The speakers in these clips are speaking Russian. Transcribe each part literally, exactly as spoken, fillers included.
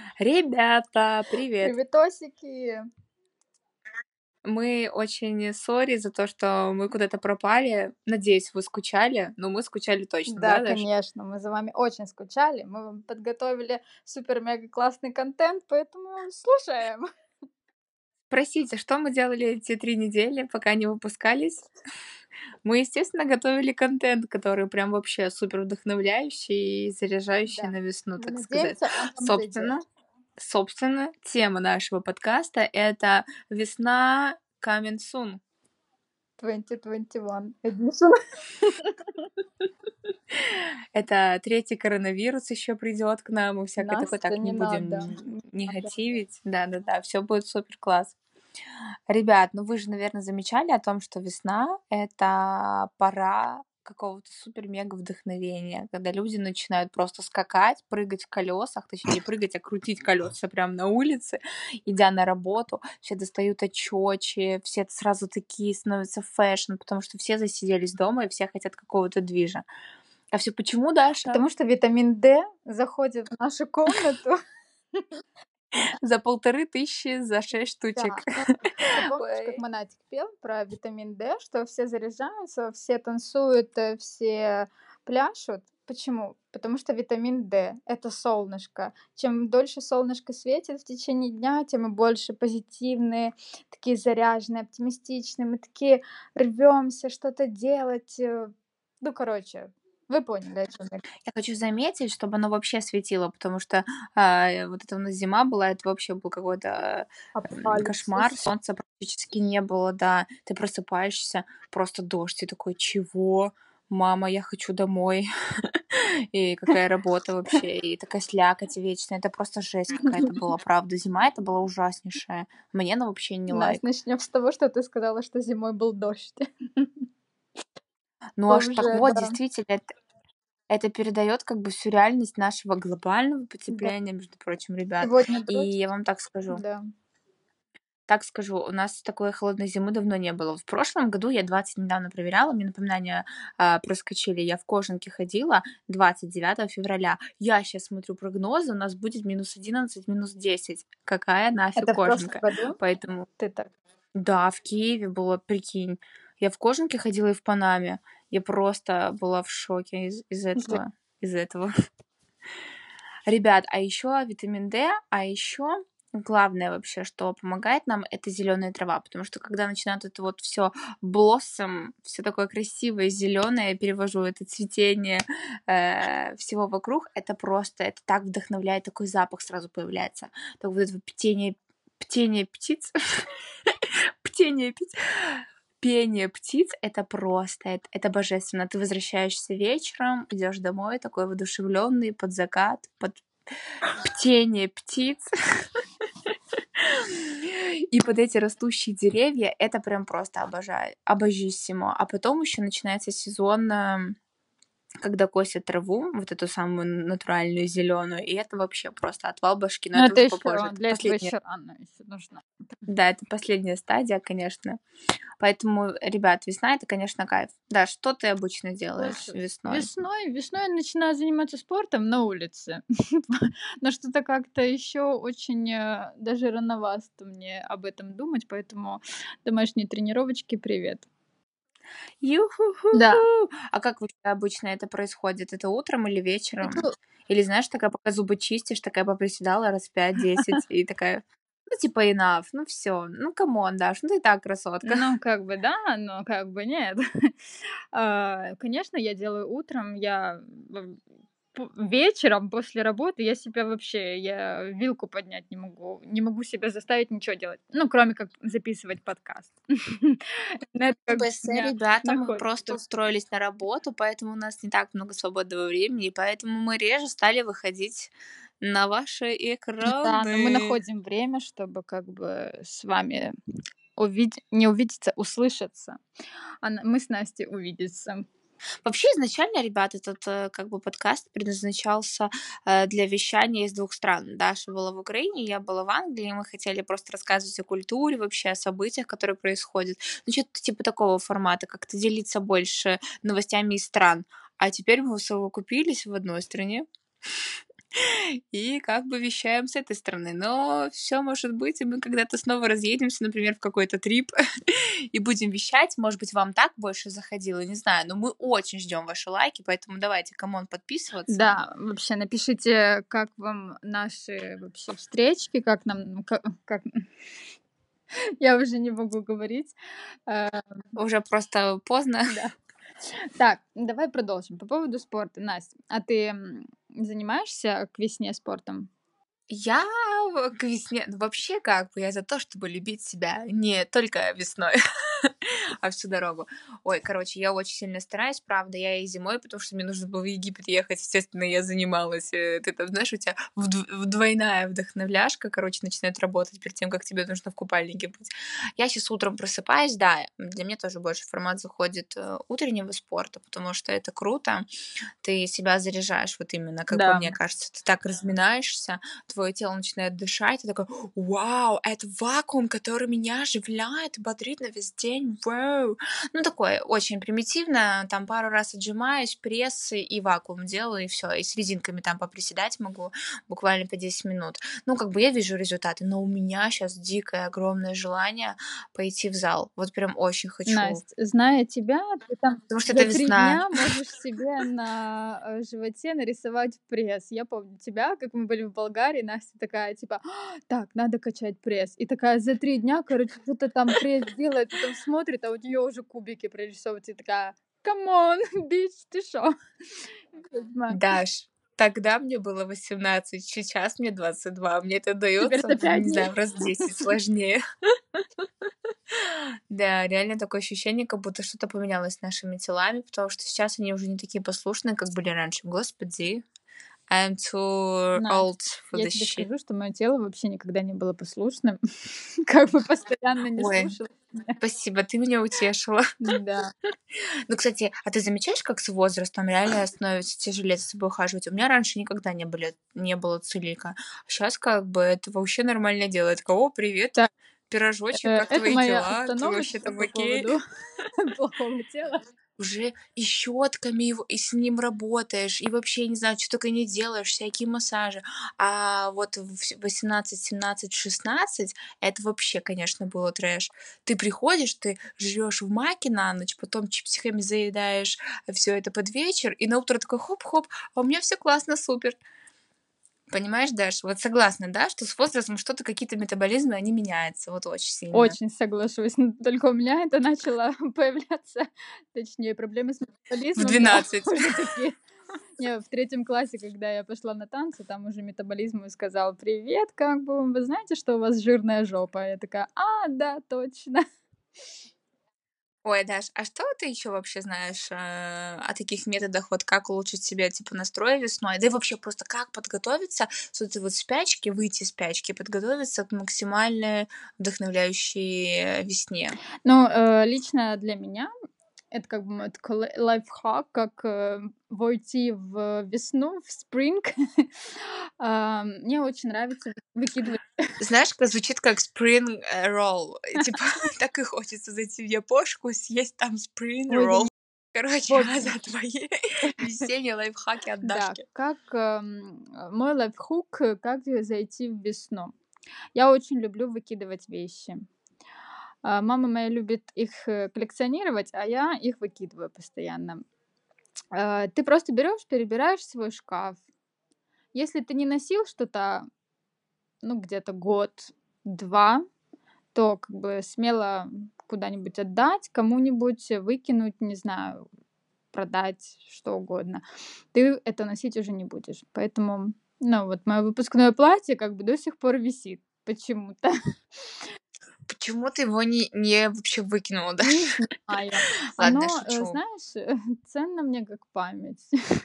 Ребята, привет! Приветосики! Мы очень сори за то, что мы куда-то пропали. Надеюсь, вы скучали, но мы скучали точно, Да, да, Даш? конечно, мы за вами очень скучали. Мы вам подготовили супер-мега-классный контент, поэтому слушаем. Простите, что мы делали эти три недели, пока не выпускались? Мы, естественно, готовили контент, который прям вообще супер вдохновляющий и заряжающий Да, на весну, мы так сказать. надеемся, он вам зайдет. Собственно, собственно, тема нашего подкаста- это весна coming soon. двадцать двадцать один edition. Это третий коронавирус ещё придёт к нам, и всякое такое. Настя, Так, не не будем надо. н Не надо. негативить. Да-да-да, всё будет супер класс. Ребят, ну вы же, наверно, замечали о том, что весна- это пора какого-то супер-мега-вдохновения, когда люди начинают просто скакать, прыгать в колёсах, точнее, не прыгать, а крутить колёса прям на улице, идя на работу. Все достают очёчи, все сразу такие становятся фэшн, потому что все засиделись дома, и все хотят какого-то движа. А всё почему, Даша? Потому что витамин D заходит в нашу комнату. За полторы тысячи за шесть Да, штучек. ну, ты помнишь, как Ой. Монатик пел про витамин D, что все заряжаются, все танцуют, э, все пляшут? Почему? Потому что витамин D- это солнышко. Чем дольше солнышко светит в течение дня, тем мы больше позитивные, такие заряженные, оптимистичные. Мы такие рвёмся что-то делать, э. Ну, короче, вы поняли, о чём я. Я хочу заметить, чтобы оно вообще светило, потому что, а, вот эта у нас зима была, это вообще был какой-то, м, кошмар. Апокалипсис. Солнца практически не было, да. Ты просыпаешься, просто дождь. И такой: "Чего? Мама, я хочу домой". И какая работа вообще? И такая слякоть вечная. Это просто жесть какая-то была, правда. Зима эта была ужаснейшая. Мне она вообще не Насть, лайк. начнём с того, что ты сказала, что зимой был дождь. Ну, аж так Уже, вот, да. действительно, это это передаёт как бы всю реальность нашего глобального Да. потепления, между прочим, ребят. Сегодня И дождь. я вам так скажу Да. так скажу, у нас такой холодной зимы давно не было. В прошлом году, я двадцать недавно проверяла, мне напоминания, а, проскочили, я в кожанке ходила двадцать девятого февраля. Я щас смотрю прогнозы, у нас будет минус одиннадцать, минус десять. Какая нафиг Это в прошлом кожанка? году? Поэтому Ты так Да, в Киеве было, прикинь. Я в кожанке ходила и в панаме. Я просто была в шоке из из Же этого из этого. Ребят, а ещё витамин D, а ещё главное вообще, что помогает нам- это зелёная трава. Потому что когда начинает это вот всё blossom, всё такое красивое, зелёное, я перевожу это цветение, э, всего вокруг, это просто, это так вдохновляет, такой запах сразу появляется. Так вот это птение птение птиц, птение птиц, пение птиц- это просто, эт это божественно. Ты возвращаешься вечером, идёшь домой такой воодушевлённый под закат, под птение птиц. И под эти растущие деревья. Это прям просто обожаю, обожиссимо. А потом ещё начинается сезон, ам, когда косят траву, вот эту самую н натуральную зелёную, и это вообще просто отвал башки. Но Ну, это это уже попозже, ещё это для этого последняя ещё рано, ещё нужно. Да, это последняя стадия, конечно. Поэтому, ребят, весна- это, конечно, кайф. Даш, что ты обычно делаешь Слушай, весной? весной весной я начинаю заниматься спортом на улице. Но что-то как-то ещё очень, э, даже рановато мне об этом думать, поэтому домашние тренировочки- привет. Да. Ю-ху-ху-ху! А как у тебя обычно это происходит? Это утром или вечером? Это Или, знаешь, такая, пока зубы чистишь, такая поприседала раз пять десять и такая: "Ну, типа enough, ну всё, ну камон, Даш, ну ты и так красотка". Ну, как бы да, но как бы нет. А, конечно, я делаю утром. Я в п вечером после работы я себя вообще, я вилку поднять не могу, не могу себя заставить ничего делать, ну, кроме как записывать подкаст. На это как бы у ПС, меня ребята, мы просто находится. устроились на работу, поэтому у нас не так много свободного времени, и поэтому мы реже стали выходить на ваши Да, но мы экраны. находим время, чтобы как бы с вами увиди не увидеться, услышаться. А н мы с Настей увидеться. Вообще, изначально, ребят, этот, э, как бы подкаст предназначался, э, для вещания из двух стран. Даша была в Украине, я была в Англии, и мы хотели просто рассказывать о культуре, вообще о событиях, которые происходят. Ну, чё-то типа такого формата, как-то делиться больше новостями из стран. А теперь мы совокупились в одной стране. и как бы вещаем с этой стороны. Но все может быть, и мы когда-то снова разъедемся, например, в какой-то трип и будем вещать. Может быть, вам так больше заходило, не знаю, но мы очень ждем ваши лайки, поэтому давайте, камон, подписываться. Да, вообще напишите, как вам наши вообще встречки, как нам, как, как... я уже не могу говорить. Э, Уже просто поздно. Да. Так, давай продолжим. По поводу спорта, Настя, а ты м, занимаешься к весне спортом? Я в- к весне, ну, вообще как бы я за то, чтобы любить себя не только весной, а всю дорогу. Ой, короче, я очень сильно стараюсь, правда, я и зимой, потому что мне нужно было в Египет ехать, естественно, я занималась. э, Ты там, знаешь, у тебя вдв- вдвойная вдохновляшка, короче, начинает работать перед тем, как тебе нужно в купальнике быть. Я сейчас утром просыпаюсь, да, для меня тоже больше формат заходит э, утреннего спорта, потому что это круто, ты себя заряжаешь, вот именно, как по Да. мне кажется, ты так разминаешься, твое тело начинает дышать, ты такой, вау, это вакуум, который меня оживляет, бодрит на весь день, вау. Ну, такое очень примитивно, там пару раз отжимаюсь, прессы и вакуум делаю, и все, и с резинками там поприседать могу буквально по десять минут. Ну, как бы я вижу результаты, но у меня сейчас дикое, огромное желание пойти в зал, вот прям очень хочу, Настя, зная тебя, ты там потому что это за три весна. дня можешь себе на э, животе нарисовать пресс. Я помню тебя, как мы были в Болгарии, Настя такая, типа, «А, так, надо качать пресс. И такая за три дня, короче, что-то там пресс делает, потом смотрит, а у нее уже кубики прорисовываются. И такая, камон, бич, ты шо? Ведьма. Даш, тогда мне было восемнадцать, сейчас мне двадцать два. Мне это Теперь дается, за пять не знаю, дней. в раз в десять сложнее. Да, реально такое ощущение, как будто что-то поменялось с нашими телами, потому что сейчас они уже не такие послушные, как были раньше. Господи, I'm too Настя, old for я this тебе shit. скажу, что мое тело вообще никогда не было послушным, как бы постоянно не Ой, слушалось меня. спасибо, ты меня утешила. Да. Ну, кстати, а ты замечаешь, как с возрастом реально становится тяжелее за собой ухаживать? У меня раньше никогда не, были, не было целика. Сейчас как бы это вообще нормальное дело. Я такая, о, привет, Так, пирожочек, э, как это твои моя дела? Ты вообще остановочка там по окей? поводу плохого тела. Уже и щетками его, и с ним работаешь, и вообще, не знаю, что только не делаешь, всякие массажи. А вот в восемнадцать, семнадцать, шестнадцать это вообще, конечно, было трэш. Ты приходишь, ты жрешь в маке на ночь, потом чипсиками заедаешь все это под вечер, и на утро такой хоп-хоп, а у меня все классно, супер. Понимаешь, Даш, вот согласна, да, что с возрастом что-то, какие-то метаболизмы, они меняются, вот очень сильно. Очень соглашусь. но Только у меня это начало появляться, точнее, проблемы с В метаболизмом двенадцать. уже такие. Не, в третьем классе, когда я пошла на танцы, там уже метаболизм мой сказал: «Привет, как бы, вы знаете, что у вас жирная жопа?» Я такая: «А, да, точно». Ой, Даш, а что ты еще вообще знаешь э, о таких методах, вот как улучшить себе, типа, настрой весной? Да и вообще просто как подготовиться с этой вот спячки, выйти из спячки, подготовиться к максимально вдохновляющей весне. Ну, э, лично для меня это как бы мой такой лай лайфхак, как, э, войти в весну, в спринг. А, мне очень нравится выкидывать. Знаешь, как звучит как spring э, roll. И, Типа, так и хочется зайти в япошку, съесть там spring Ой, я roll. не в Короче, а общем, за твои весенние лайфхаки от да, Дашки. как, эм, э, мой лайфхук, э, как зайти в весну. Я очень люблю выкидывать вещи. А, мама моя любит их, э, коллекционировать, а я их выкидываю постоянно. А, ты просто берешь, перебираешь свой шкаф. Если ты не носил что-то, ну, где-то год-два, то как бы смело куда-нибудь отдать, кому-нибудь, э, выкинуть, не знаю, продать, что угодно. Ты это носить уже не будешь. Поэтому, ну, вот мое выпускное платье как бы до сих пор висит почему-то. Почему ты его не, не вообще выкинула, да? Не знаю. Ладно, я Оно, э, шучу. знаешь, э, ценно мне как память.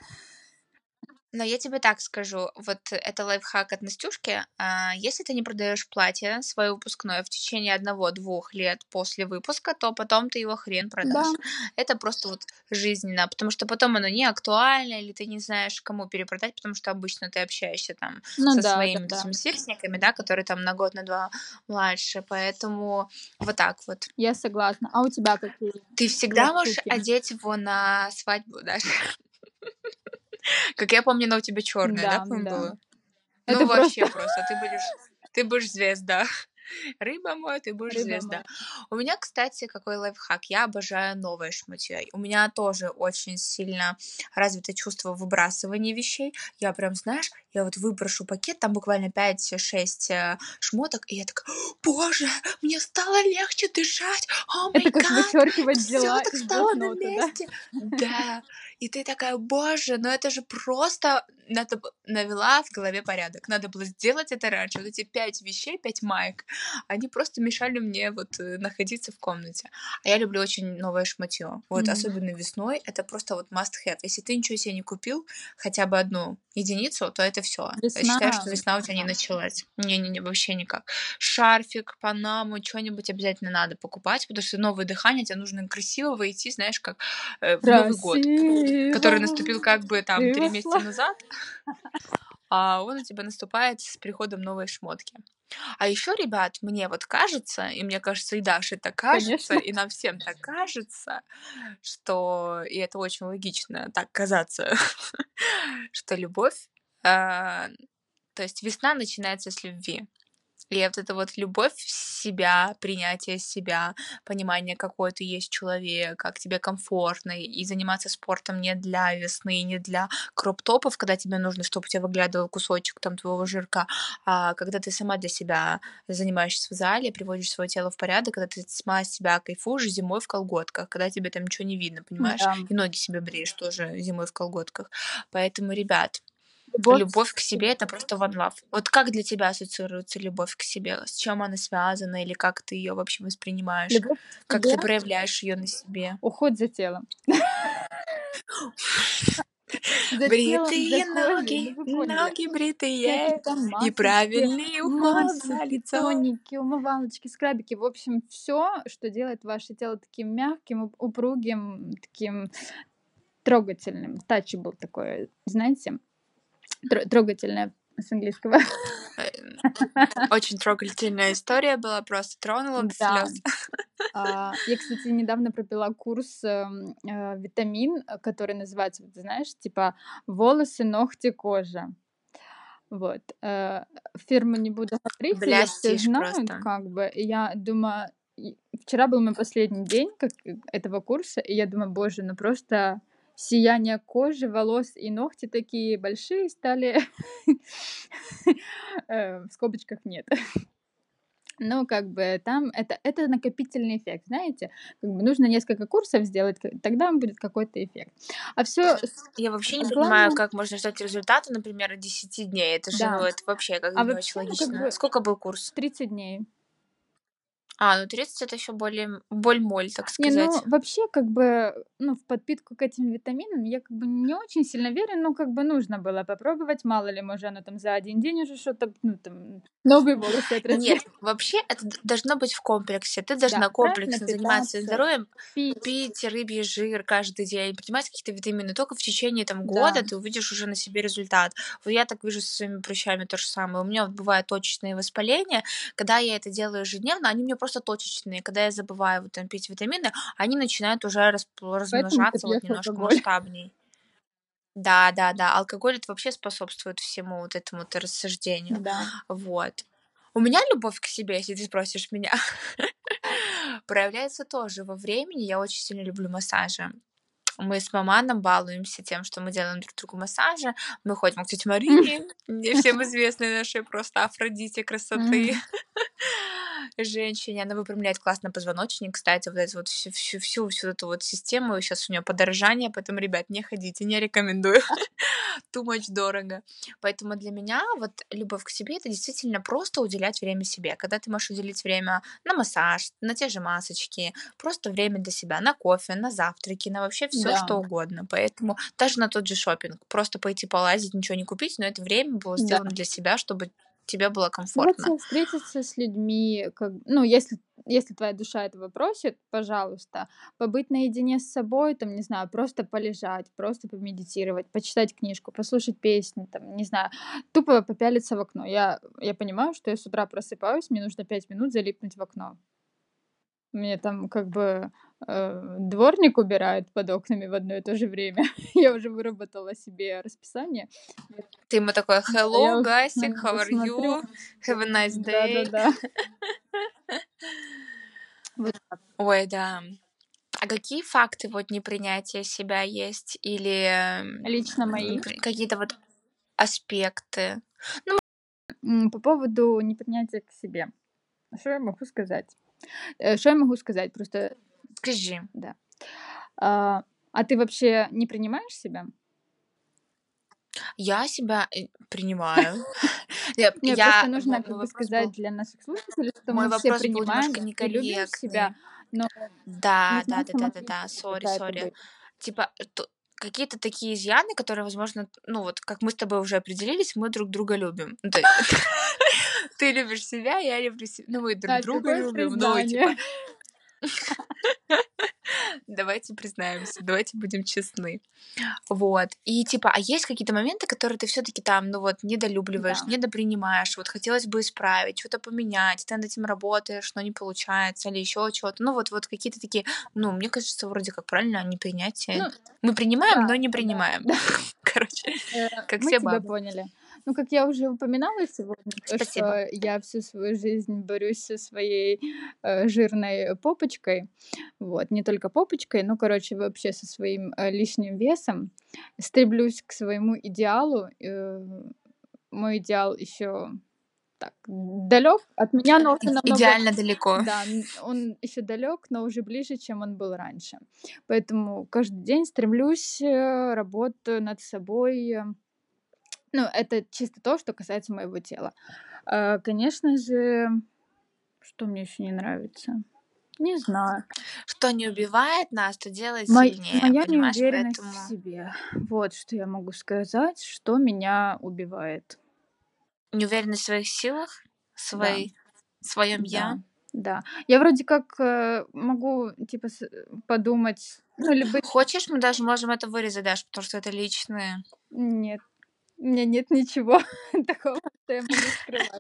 Но я тебе так скажу, вот это лайфхак от Настюшки. А, если ты не продаешь платье свое выпускное в течение одного-двух лет после выпуска, то потом ты его хрен Да, продашь. Это просто вот жизненно, потому что потом оно не актуально, или ты не знаешь, кому перепродать, потому что обычно ты общаешься там ну со да, своими вот да-да. этими сверстниками, да, которые там на год, на два младше, поэтому вот так вот. Я согласна. А у тебя какие Ты всегда можешь лайфхуки? одеть его на свадьбу, да? Как я помню, она у тебя черная, да, Да, по-моему, да. была? Ну, Это вообще просто просто, ты будешь ты будешь звезда. Рыба моя, ты будешь рыба звезда. моя. У меня, кстати, какой лайфхак. Я обожаю новое шматье. У меня тоже очень сильно развито чувство выбрасывания вещей. Я прям, знаешь, я вот выброшу пакет, там буквально пять-шесть э, шмоток, и я такая: боже, мне стало легче дышать, о Это май как гад, вычеркивать все дела так из стало на блокнота, да? месте. Да, и ты такая: боже, ну это же просто надо б- навела в голове порядок. Надо было сделать это раньше. Вот эти пять вещей, пять маек, они просто мешали мне вот э, находиться в комнате. А я люблю очень новое шматье. Вот Мгм. особенно весной это просто вот must have. Если ты ничего себе не купил, хотя бы одну единицу, то это все. Я Весна, считаю, что весна у тебя не началась. Не-не-не, вообще никак. Шарфик, панаму, что-нибудь обязательно надо покупать, потому что новое дыхание, тебе нужно красиво войти, знаешь, как э, в Новый год, который красиво наступил как бы там ты три месяца вошла. назад, а он у тебя наступает с приходом новой шмотки. А еще, ребят, мне вот кажется, и мне кажется, и Даше так кажется, Конечно. и нам всем так кажется, что, и это очень логично так казаться, что любовь, а, то есть весна начинается с любви. И вот эта вот любовь в себя, принятие себя, понимание, какой ты есть человек, как тебе комфортно, и заниматься спортом не для весны, не для кроп-топов, когда тебе нужно, чтобы у тебя выглядывал кусочек там твоего жирка, а когда ты сама для себя занимаешься в зале, приводишь свое тело в порядок, когда ты сама с себя кайфуешь зимой в колготках, когда тебе там ничего не видно, понимаешь? Да. И ноги себе бреешь тоже зимой в колготках. Поэтому, ребят, Любовь любовь к к себе — себе. это просто one love. Вот как для тебя ассоциируется любовь к себе? С чем она связана или как ты ее вообще воспринимаешь? Любовь к Как себе, ты проявляешь ее на себе? уход за телом. За телом, за Бритые кожей, ну ноги, вы поняли. ноги бритые Какие-то и масочки, правильный уход за масики, лицом. тоники, умывалочки, скрабики. В общем, все, что делает ваше тело таким мягким, уп- упругим, таким трогательным. Touchable такое, знаете, тро- трогательное с английского. Э, Очень трогательная история была, просто тронула до Да. слез. А, я, кстати, недавно пропила курс, эм, э, витамин, э, который называется, вот ты знаешь, типа волосы, ногти, кожа. Вот. Э, фирму не буду говорить, ее все Блястишь знают просто. как бы. И я думаю, и вчера был мой последний день как э, этого курса, и я думаю: "Боже, ну просто сияние кожи, волос и ногти такие большие стали". Э, в скобочках нет. Ну, как бы там это это накопительный эффект, знаете. Как бы нужно несколько курсов сделать, к тогда будет какой-то эффект. А все Я вообще не понимаю, главное как можно ждать результата, например, десяти дней. Это же, ну, да. это вообще как бы А не очень вообще, ну, как логично. бы Сколько был курс? тридцать дней. А, ну тридцать это еще более боль-моль, так Не, ну, сказать. вообще, как бы, ну, в подпитку к этим витаминам я как бы не очень сильно верю, но как бы нужно было попробовать. Мало ли, может, оно там за один день уже что-то, ну, там, новые волосы Нет, отросли. вообще это д должно быть в комплексе. Ты Да, должна правильно комплексно заниматься своим питаться, здоровьем, пить. пить рыбий жир каждый день, принимать какие-то витамины. Только в течение там Да, года ты увидишь уже на себе результат. Вот я так вижу со своими прыщами то же самое. У меня вот бывают точечные воспаления. Когда я это делаю ежедневно, они у меня просто точечные. Когда я забываю вот там пить витамины, они начинают уже расп поэтому ты размножаться вот пьешь немножко алкоголь. масштабней. Да, да, да, алкоголь это вообще способствует всему вот этому-то рассуждению. Да. Вот. У меня любовь к себе, если ты спросишь меня, проявляется тоже во времени. Я очень сильно люблю массажи. Мы с маманом балуемся тем, что мы делаем друг другу массажи. Мы ходим к тете Марине, не всем известной нашей просто Афродите красоты Мгм. женщине. Она выпрямляет классно позвоночник. Кстати, вот эту вот всю, всю, всю, всю эту вот систему. Сейчас у нее подорожание, поэтому, ребят, не ходите, не рекомендую. Too much дорого. Поэтому для меня вот любовь к себе — это действительно просто уделять время себе. Когда ты можешь уделить время на массаж, на те же масочки, просто время для себя, на кофе, на завтраки, на вообще все Да, что угодно. Поэтому даже на тот же шопинг. Просто пойти полазить, ничего не купить, но это время было да. сделано для себя, чтобы тебе было комфортно. Встретиться встретиться с людьми, как ну, если если твоя душа этого просит, пожалуйста, побыть наедине с собой, там, не знаю, просто полежать, просто помедитировать, почитать книжку, послушать песни, там, не знаю, тупо попялиться в окно. Я я понимаю, что я с утра просыпаюсь, мне нужно пять минут залипнуть в окно. Мне там как бы э, дворник убирает под окнами в одно и то же время. Я уже выработала себе расписание. Ты ему такой: Да, hello, я уже Гасик, м, how are смотрю. you? Have a nice day. Да-да-да. Вот так. Ой, да. А какие факты вот непринятия себя есть или м, Лично мои. непри- какие-то вот аспекты? М, По поводу непринятия к себе. Что я могу сказать? Э, Что я могу сказать? Просто, Скажи. да. А а ты вообще не принимаешь себя? Я себя э, принимаю. Я, Не, просто я- мо- нужно мой как бы вопрос сказать был, для наших слушателей, что мой мы все вопрос был принимаем немножко и любим себя, некорректный. но не Да, да, да, значит да, да, да, самокритика сори, какая-то сори. быть. Типа, т- какие-то такие изъяны, которые, возможно, ну вот, как мы с тобой уже определились, мы друг друга любим. Ну, то есть, ты любишь себя, я люблю себя. Ну, мы друг А, друга какое любим. Ну, и признание. типа, давайте признаемся, давайте будем честны. Вот. И типа, а есть какие-то моменты, которые ты все-таки там, ну вот, недолюбливаешь, Да. недопринимаешь, вот хотелось бы исправить, что-то поменять, ты над этим работаешь, но не получается, или еще чего-то. Ну вот, вот какие-то такие, ну, мне кажется, вроде как правильно, непринятие. Ну, Мы принимаем, но да, не да, принимаем. да. Короче, Э, как Мы все тебя бабы. поняли. Ну, как я уже упоминала сегодня, то, Спасибо. что я всю свою жизнь борюсь со своей э, жирной попочкой. Вот, не только попочкой, но, короче, вообще со своим э, лишним весом. Стремлюсь к своему идеалу. э, Мой идеал еще так далек от меня, но уже И- намного, идеально далеко. да, н- он еще далек, но уже ближе, чем он был раньше. Поэтому каждый день стремлюсь, э, работаю над собой. э, Ну, это чисто то, что касается моего тела. А, конечно же, что мне еще не нравится? Не знаю. Что не убивает нас, то делает Мой- сильнее, моя понимаешь? неуверенность в Поэтому себе. Вот что я могу сказать, что меня убивает. неуверенность в своих силах, Да, своей, в своем я. да, да. Я вроде как э, могу, типа, с- подумать, ну, или быть... Хочешь, мы даже можем это вырезать, Даш, потому что это личное. Нет, у меня нет ничего такого, что я могу скрывать.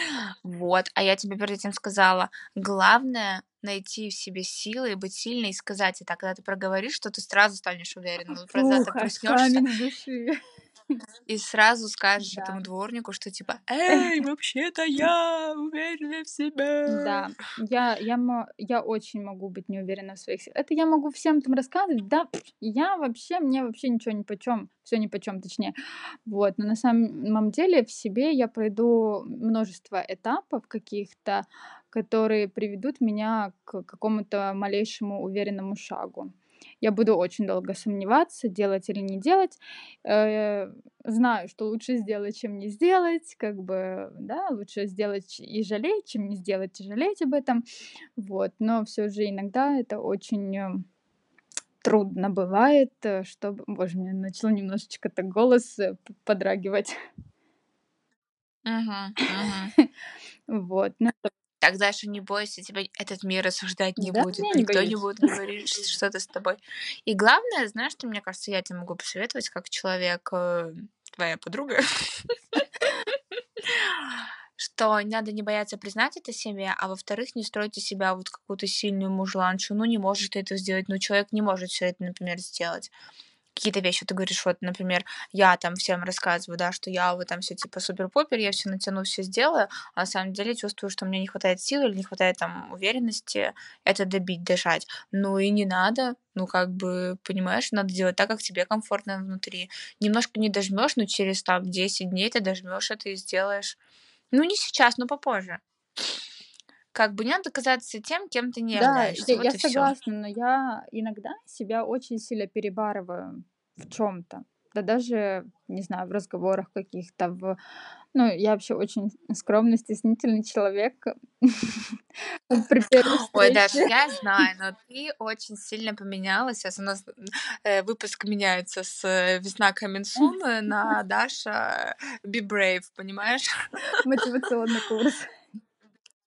Вот, а я тебе перед этим сказала, главное найти в себе силы и быть сильной и сказать это. А когда ты проговоришь, что ты сразу станешь уверенной. Вот просто Фух, ты аж проснешься камень в души. и сразу скажешь Да. этому дворнику, что типа, эй, вообще-то я уверена в себе. Да, я я мо я очень могу быть не уверена в своих силах. Это я могу всем там рассказывать. Да, пф, я вообще, мне вообще ничего нипочём, всё нипочём, точнее. Вот, но на самом деле в себе я пройду множество этапов каких-то, которые приведут меня к какому-то малейшему уверенному шагу. Я буду очень долго сомневаться, делать или не делать. Э, Знаю, что лучше сделать, чем не сделать. Как бы, да, лучше сделать ч и жалеть, чем не сделать и жалеть об этом. Вот, но всё же иногда это очень, э, трудно бывает, э, чтобы Боже, у меня начал немножечко так голос, э, п подрагивать. Мгм, мгм. Вот, ну Так, Даша, не бойся, тебя этот мир осуждать не да, будет, я не никто не боюсь. будет говорить ш- что-то с тобой. И главное, знаешь, что мне кажется, я тебе могу посоветовать, как человек, э, твоя подруга, что не надо не бояться признать это себе, а во-вторых, не стройте себя вот какую-то сильную мужланшу. Ну, не можешь ты это сделать, ну, человек не может все это, например, сделать. Какие-то вещи ты говоришь, вот, например, я там всем рассказываю, да, что я вот там все типа супер-пупер, я все натяну, все сделаю, а на самом деле чувствую, что мне не хватает сил или не хватает там уверенности это добить, дышать. Ну и не надо, ну как бы, понимаешь, надо делать так, как тебе комфортно внутри. Немножко не дожмешь, но через там десять дней ты дожмешь это и сделаешь. Ну не сейчас, но попозже. Как бы не надо казаться тем, кем ты не Да, являешься. я я Вот и все. согласна, но я иногда себя очень сильно перебарываю в чем то. Да даже, не знаю, в разговорах каких-то, в ну, я вообще очень скромный, стеснительный человек. При первой Ой, Даша, встрече. я знаю, но ты очень сильно поменялась. Сейчас у нас э, выпуск меняется с э, весна coming soon э, на Даша э, Be Brave, понимаешь? Мотивационный курс.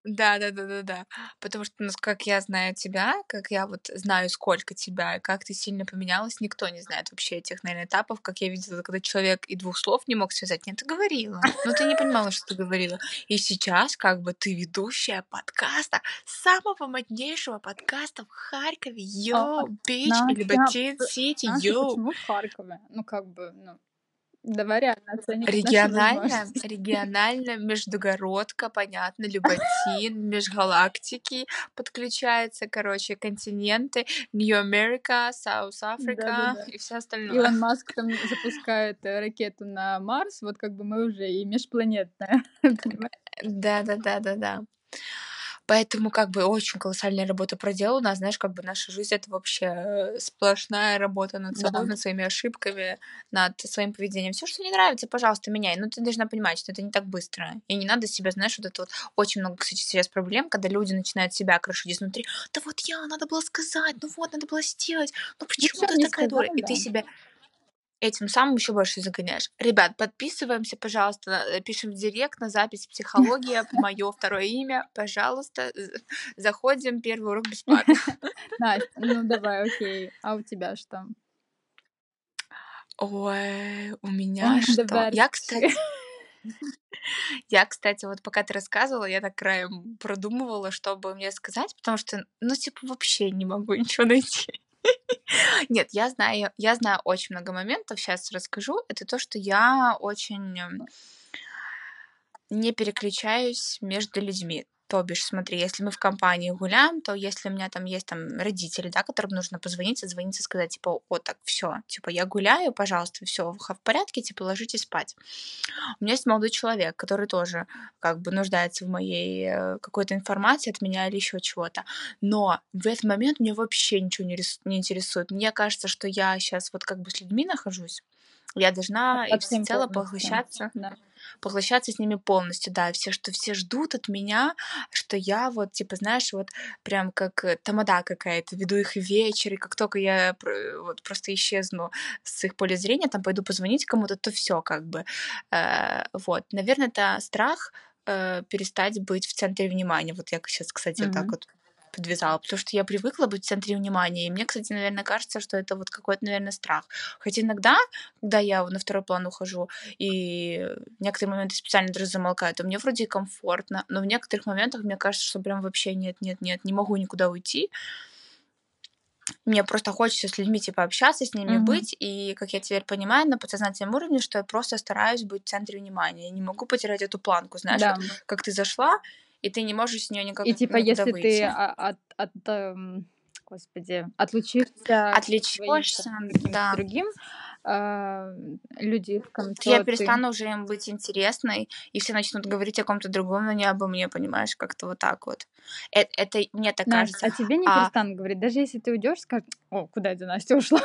Да-да-да-да-да. Потому что, ну, с как я знаю тебя, как я вот знаю, сколько тебя и как ты сильно поменялась, никто не знает вообще этих, наверно, этапов. Как я видела, когда человек и двух слов не мог связать. Нет, ты говорила, но ты не понимала, что ты говорила. И сейчас как бы ты ведущая подкаста, самого моднейшего подкаста в Харькове. А, Йоу, бич, или Настя, п Ботин-Сити, Настя, йоу. почему в Харькове? Ну, как бы, ну, давай реально оценивать наши Региональная возможности. региональная междугородка, понятно, Люботин, межгалактики подключаются, короче, континенты, New America, South Africa Да-да-да. и всё остальное. Илон Маск там запускает, э, ракету на Марс, вот как бы мы уже и межпланетная, понимаешь? Да-да-да-да-да. Поэтому как бы очень колоссальная работа проделана. Знаешь, как бы наша жизнь — это вообще, э, сплошная работа над Да. собой, над своими ошибками, над своим поведением. Всё, что не нравится, пожалуйста, меняй. Но ты должна понимать, что это не так быстро. И не надо себя, знаешь, вот это вот очень много, кстати, сейчас проблем, когда люди начинают себя крошить изнутри. Да вот я, надо было сказать, ну вот, надо было сделать, ну Ну почему чё ты не такая дура? сказала, И да. ты себя этим самым ещё больше загоняешь. Ребят, подписываемся, пожалуйста, э, пишем в директ на запись "Психология", моё второе имя, пожалуйста, з заходим, первый урок бесплатно. Насть, ну давай, окей. А у тебя что? Ой, у Ой, меня что? давай Я, расскажи. кстати я, кстати, вот пока ты рассказывала, я так краем продумывала, что бы мне сказать, потому что, ну, типа, вообще не могу ничего найти. Нет, я знаю я знаю очень много моментов, щас расскажу. Это то, что я очень, м не переключаюсь между людьми. То бишь, смотри, если мы в компании гуляем, то если у меня там есть там родители, да, которым нужно позвонить, созвониться, сказать, типа: "Вот так, всё, типа, я гуляю, пожалуйста, всё ха в порядке, типа, ложитесь спать". У меня есть молодой человек, который тоже как бы нуждается в моей, э, какой-то информации от меня или ещё чего-то. Но в этот момент меня вообще ничего не рис не интересует. Мне кажется, что я щас вот как бы с людьми нахожусь, я должна и Под всем всецело полностью, поглощаться да. поглощаться с ними полностью. Да, все, что все ждут от меня, что я вот, типа, знаешь, вот прям как, э, тамада какая-то, веду их вечер, и как тока я пр вот просто исчезну с их поля зрения, там пойду позвонить кому-то, то всё как бы. Э, вот. Наверно, это страх, э, перестать быть в центре внимания. Вот я к щас, кстати, так Мгм. вот подвязала, потому что я привыкла быть в центре внимания, и мне, кстати, наверно, кажется, что это вот какой-то, наверно, страх. Хотя иногда, когда я в на второй план ухожу и в некоторые моменты специально даже замолкаю, то мне вроде и комфортно, но в некоторых моментах мне кажется, что прям вообще нет нет нет, не могу никуда уйти. Мне просто хочется с людьми, типа, общаться, с ними Мгм. быть. И, как я теперь понимаю на подсознательном уровне, что я просто стараюсь быть в центре внимания. Я не могу потерять эту планку. Знаешь, Да. вот как ты зашла, и ты не можешь с неё никак И типа никуда если ты, выйти. а, от от, эм, господи, отлучишься к своим там Отвлечёшься, каким-то да. другим, а, людишкам, То я то ты перестану уже им быть интересной, и все начнут говорить о ком-то другом, но не обо мне, понимаешь, как-то вот так вот. Эт это мне так Насть, кажется. а тебе не А перестанут говорить, даже если ты уйдёшь, скажут: "О, куда это Настя ушла?"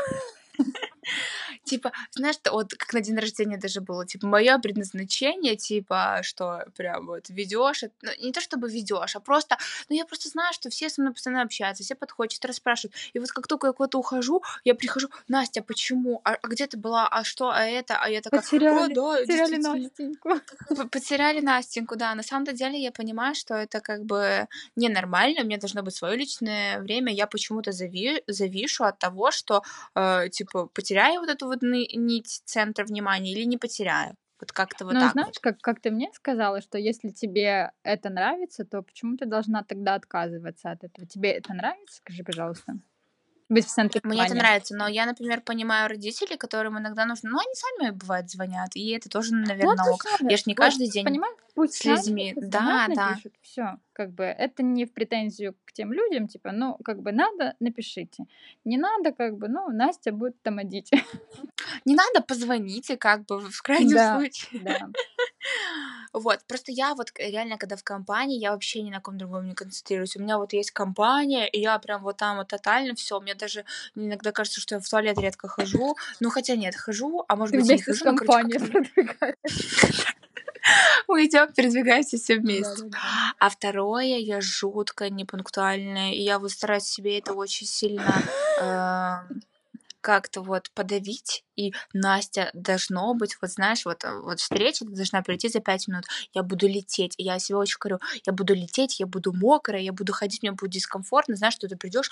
Типа, знаешь, т вот как на день рождения даже было, типа, моё предназначение, типа, что прям вот ведёшь, эт ну, не то чтобы ведёшь, а просто, ну, я просто знаю, что все со мной постоянно общаются, все подходят, что-то расспрашивают. И вот как тока я куда-то ухожу, я прихожу: "Настя, почему? А а где ты была? А что? А это?" А я такая: "О Потеряли, да, потеряли действительно". Настеньку. П потеряли Настеньку, да. На самом-то деле я понимаю, что это как бы ненормально, у меня должно быть своё личное время. Я почему-то зави завишу от того, что, э, типа, потеряю вот эту вот ны нить центра внимания или не потеряю. Вот как-то вот Но так знаешь, вот. как как ты мне сказала, что если тебе это нравится, то почему ты должна тогда отказываться от этого? Тебе это нравится, скажи, пожалуйста? Быть в центре Мне это внимания. нравится, но я, например, понимаю родителей, которым иногда нужно ну, они сами, бывает, звонят, и это тоже, Ну, наверно, пусть ок. Я сами. ж не Вот, каждый день понимаешь, пусть с сами людьми звонят, Да, да. напишут. Всё. Как бы это не в претензию к тем людям, типа, ну, как бы надо- напишите. Не надо, как бы, ну, Настя будет тамадить. Не надо- позвоните, как бы, в крайнем Да, случае. да. Вот. Просто я вот к реально, когда в компании, я вообще ни на ком другом не концентрируюсь. У меня вот есть компания, и я прям вот там вот тотально всё. Мне даже иногда кажется, что я в туалет редко хожу. Ну, хотя нет, хожу, а может Ты быть, и не вместе с хожу, но, короче, компанией как-то продвигаешься. мы идём, передвигаемся все вместе. Да-да-да. А второе, я жутко непунктуальная, и я вот стараюсь себе это очень сильно, э как-то вот подавить, и Настя, должно быть, вот знаешь, вот, э, вот встреча должна прийти за пять минут, я буду лететь. И я себе очень говорю, я буду лететь, я буду мокрая, я буду ходить, мне будет дискомфортно, знаешь, что ты придешь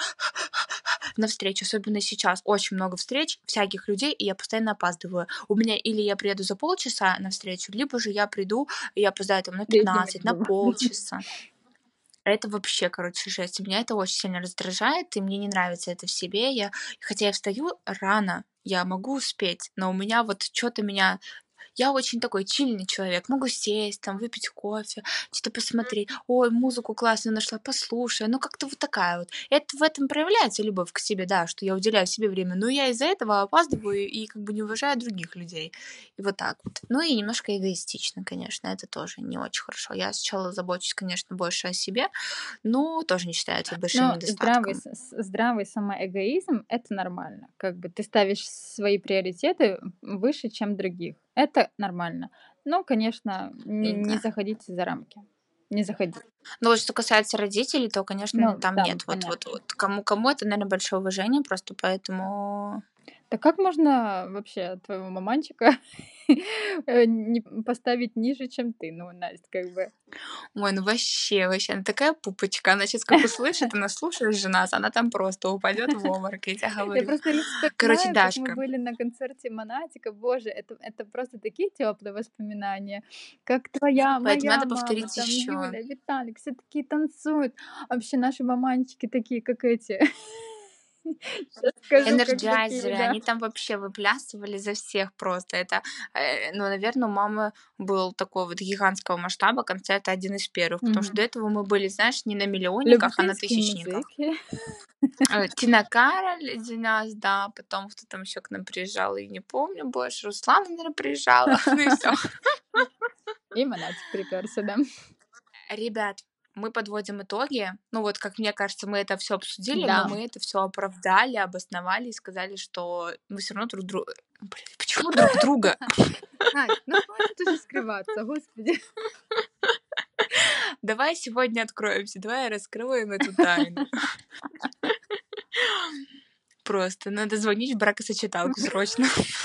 на встречу, особенно сейчас очень много встреч, всяких людей, и я постоянно опаздываю. У меня или я приеду за полчаса на встречу, либо же я приду, и я опоздаю там на Тридцать пятнадцать, на минут. полчаса. Это вообще, короче, жесть. Меня это очень сильно раздражает, и мне не нравится это в себе. Я, хотя я встаю рано, я могу успеть, но у меня вот что-то меня... Я очень такой чильный человек. Могу сесть, там, выпить кофе, что-то посмотреть. Ой, музыку классную нашла, послушай. Ну, как-то вот такая вот. Это в этом проявляется любовь к себе, да, что я уделяю себе время. Но я из-за этого опаздываю и как бы не уважаю других людей. И вот так вот. Ну и немножко эгоистично, конечно. Это тоже не очень хорошо. Я сначала забочусь, конечно, больше о себе, но тоже не считаю это большим Но здравый, недостатком. с- с- здравый самоэгоизм — это нормально. Как бы ты ставишь свои приоритеты выше, чем других. Это нормально. Но, конечно, не, не Да. заходите за рамки. Не заходите. Но вот что касается родителей, то, конечно, Ну, там да, нет. Вот, вот, понятно. вот. Кому, кому это, наверное, большое уважение, просто поэтому... Так как можно вообще твоего маманчика э, не поставить ниже, чем ты? Ну, Настя, как бы. Ой, ну вообще, вообще, она такая пупочка. Она сейчас как услышит, она слушает же нас, она там просто упадет в обморок, я тебе Я говорю. просто лишь Короче, вспоминаю, как мы Дашка, были на концерте Монатика. Боже, это, это просто такие теплые воспоминания. Как твоя, поэтому моя надо мама, повторить там еще. Юля, Виталик, все такие танцуют. Вообще наши маманчики такие, как эти. Сейчас скажу, как такие, Энерджайзеры, да. они там вообще выплясывали за всех просто. Это, э, ну, наверное, у мамы был такой вот гигантского масштаба концерт, один из первых, потому что Мгм. до этого мы были, знаешь, не на миллионниках, а на Любительські тысячниках. музики. Э, Тина Кароль из нас, да, потом кто там еще к нам приезжал, я не помню больше, Руслана, наверное, приезжала, ну и все. И Монатик приперся, да. Ребят, мы подводим итоги. Ну вот, как мне кажется, мы это все обсудили, но Да. мы это все оправдали, обосновали и сказали, что мы все равно друг друга... Блин, почему друг друга? Настя, ну хватит уже скрываться, господи. Давай сегодня откроемся, давай раскроем эту тайну. Просто надо звонить в бракосочеталку срочно.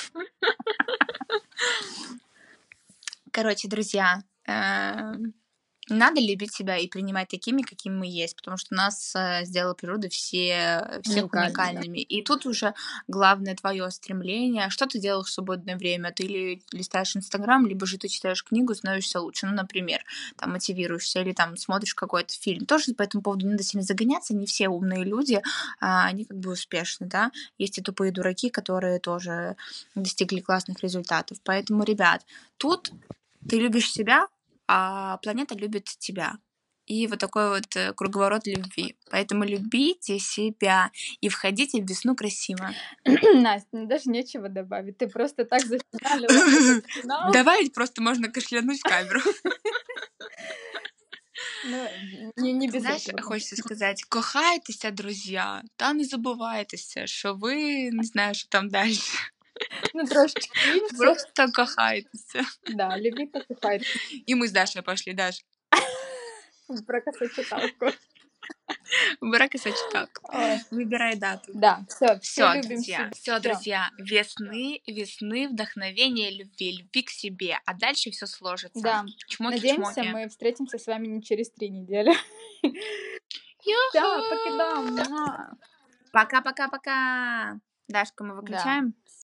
Короче, друзья, эм, надо любить себя и принимать такими, какими мы есть, потому что нас э, сделала природа все, всех Уникально, да. уникальными. И тут уже главное твое стремление. Что ты делаешь в свободное время? Ты или листаешь Инстаграм, либо же ты читаешь книгу, становишься лучше. Ну, например, там мотивируешься или там смотришь какой-то фильм. Тоже по этому поводу не надо сильно загоняться. Не все умные люди, а, они как бы успешны, да. Есть и тупые дураки, которые тоже достигли классных результатов. Поэтому, ребят, тут ты любишь себя, а планета любит тебя. И вот такой вот э, круговорот любви. Поэтому любите себя и входите в весну красиво. Настя, ну даже нечего добавить. Ты просто так зафиналила этот финал. Давай просто можно кашлянуть в камеру. Ну, не, не без Знаєш, этого. хочеться сказати, кохайтеся, друзі, та не забувайтеся, що ви не знаю, що там далі. Ну, трошечки інше. Просто кохайтеся. Да, любіть та кохайте. І ми з Дашою пошли, Даш. Бракосочеталку. Бракосочеталку. Ой, Выбирай дату. да, все, все Все, любим друзья, себя. все, Всё. друзья, весны, весны, вдохновения, любви, любви к себе, а дальше все сложится. Да, надеемся, Чмоки-чмоки. мы встретимся с вами не через три недели. Да, покидам. Муа. Пока-пока-пока. Дашка, мы Да. выключаем?